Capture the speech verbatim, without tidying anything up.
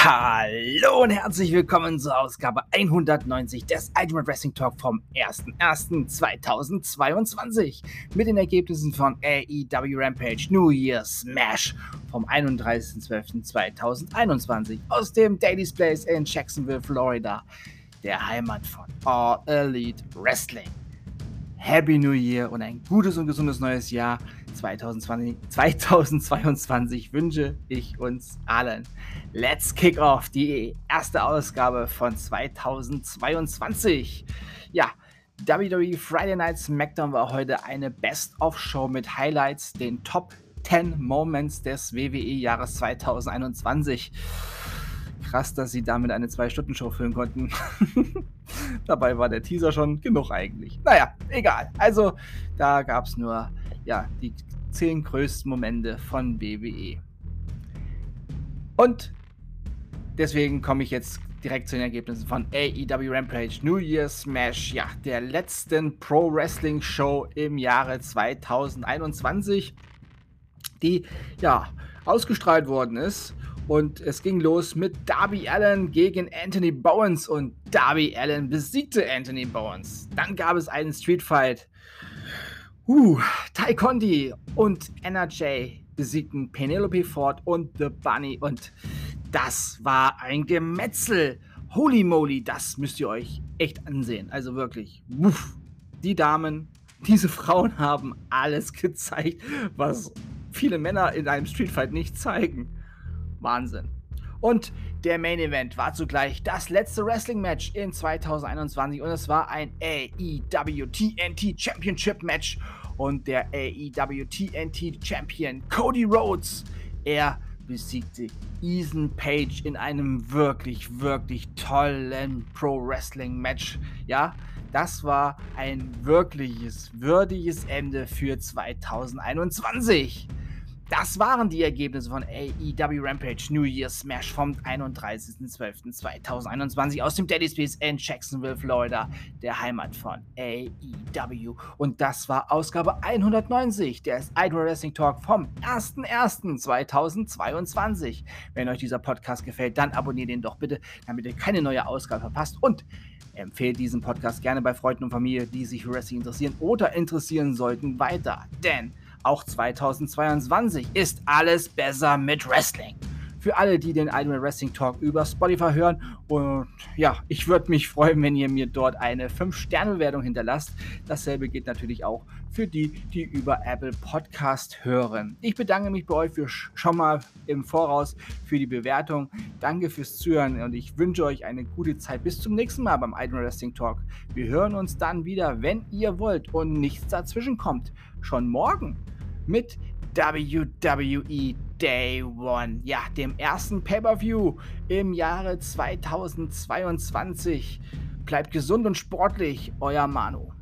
Hallo und herzlich willkommen zur Ausgabe hundertneunzig des Ultimate Wrestling Talk vom ersten ersten zweitausendzweiundzwanzig mit den Ergebnissen von A E W Rampage New Year Smash vom einunddreißigsten zwölften zweitausendeinundzwanzig aus dem Daily's Place in Jacksonville, Florida, der Heimat von All Elite Wrestling. Happy New Year und ein gutes und gesundes neues Jahr zweitausendzwanzig, zweitausendzweiundzwanzig wünsche ich uns allen. Let's kick off die erste Ausgabe von zweitausendzweiundzwanzig. Ja, W W E Friday Night SmackDown war heute eine Best-of-Show mit Highlights, den Top zehn Moments des W W E-Jahres zweitausendeinundzwanzig. Krass, dass sie damit eine zwei Stunden Show füllen konnten. Dabei war der Teaser schon genug eigentlich. Naja, egal. Also, da gab es nur ja, die zehn größten Momente von W W E. Und deswegen komme ich jetzt direkt zu den Ergebnissen von A E W Rampage New Year Smash, ja, der letzten Pro-Wrestling-Show im Jahre zweitausendeinundzwanzig, die ja ausgestrahlt worden ist. Und es ging los mit Darby Allin gegen Anthony Bowens und Darby Allin besiegte Anthony Bowens. Dann gab es einen Streetfight. Uh, Ty Conti und N R J besiegten Penelope Ford und The Bunny und das war ein Gemetzel. Holy moly, das müsst ihr euch echt ansehen. Also wirklich, uff, die Damen, diese Frauen haben alles gezeigt, was viele Männer in einem Streetfight nicht zeigen. Wahnsinn. Und der Main Event war zugleich das letzte Wrestling-Match in zweitausendeinundzwanzig und es war ein A E W T N T Championship Match und der A E W T N T Champion Cody Rhodes, er besiegte Ethan Page in einem wirklich, wirklich tollen Pro-Wrestling-Match. Ja, das war ein wirkliches, würdiges Ende für zweitausendeinundzwanzig. Das waren die Ergebnisse von A E W Rampage New Year Smash vom einunddreißigsten zwölften zweitausendeinundzwanzig aus dem Daily's Place in Jacksonville, Florida, der Heimat von A E W. Und das war Ausgabe hundertneunzig des Ultimate Wrestling Talk vom ersten ersten zweitausendzweiundzwanzig. Wenn euch dieser Podcast gefällt, dann abonniert ihn doch bitte, damit ihr keine neue Ausgabe verpasst und empfehlt diesen Podcast gerne bei Freunden und Familie, die sich für Wrestling interessieren oder interessieren sollten, weiter. Denn auch zweitausendzweiundzwanzig ist alles besser mit Wrestling. Für alle, die den Ultimate Wrestling Talk über Spotify hören. Und ja, ich würde mich freuen, wenn ihr mir dort eine fünf Sterne Bewertung hinterlasst. Dasselbe geht natürlich auch für die, die über Apple Podcast hören. Ich bedanke mich bei euch für schon mal im Voraus für die Bewertung. Danke fürs Zuhören und ich wünsche euch eine gute Zeit. Bis zum nächsten Mal beim Ultimate Wrestling Talk. Wir hören uns dann wieder, wenn ihr wollt und nichts dazwischen kommt. Schon morgen mit W W E Day One, ja, dem ersten Pay-Per-View im Jahre zweitausendzweiundzwanzig. Bleibt gesund und sportlich, euer Manu.